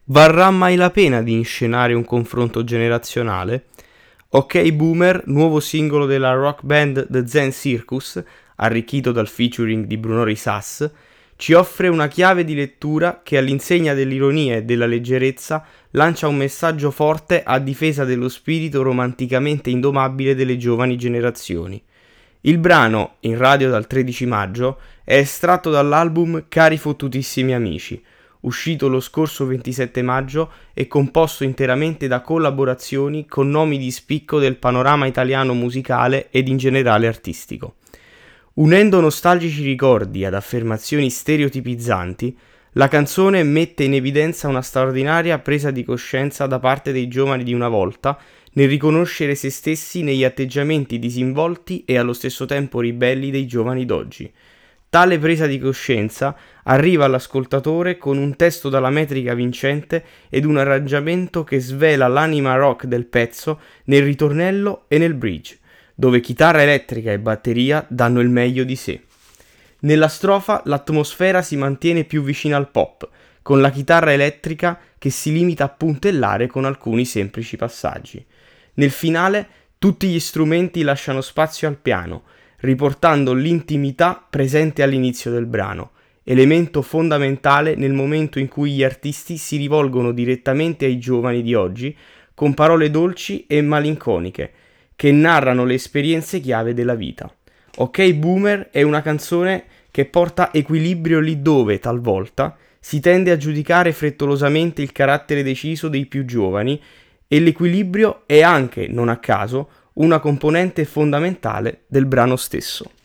Varrà mai la pena di inscenare un confronto generazionale? Ok Boomer, nuovo singolo della rock band The Zen Circus, arricchito dal featuring di Bruno Risas, ci offre una chiave di lettura che all'insegna dell'ironia e della leggerezza lancia un messaggio forte a difesa dello spirito romanticamente indomabile delle giovani generazioni. Il brano, in radio dal 13 maggio, è estratto dall'album Cari fottutissimi amici, uscito lo scorso 27 maggio e composto interamente da collaborazioni con nomi di spicco del panorama italiano musicale ed in generale artistico. Unendo nostalgici ricordi ad affermazioni stereotipizzanti, la canzone mette in evidenza una straordinaria presa di coscienza da parte dei giovani di una volta nel riconoscere se stessi negli atteggiamenti disinvolti e allo stesso tempo ribelli dei giovani d'oggi. Tale presa di coscienza arriva all'ascoltatore con un testo dalla metrica vincente ed un arrangiamento che svela l'anima rock del pezzo nel ritornello e nel bridge, dove chitarra elettrica e batteria danno il meglio di sé. Nella strofa l'atmosfera si mantiene più vicina al pop, con la chitarra elettrica che si limita a puntellare con alcuni semplici passaggi. Nel finale tutti gli strumenti lasciano spazio al piano, riportando l'intimità presente all'inizio del brano, elemento fondamentale nel momento in cui gli artisti si rivolgono direttamente ai giovani di oggi con parole dolci e malinconiche che narrano le esperienze chiave della vita. Ok Boomer è una canzone che porta equilibrio lì dove, talvolta, si tende a giudicare frettolosamente il carattere deciso dei più giovani e l'equilibrio è anche, non a caso, una componente fondamentale del brano stesso.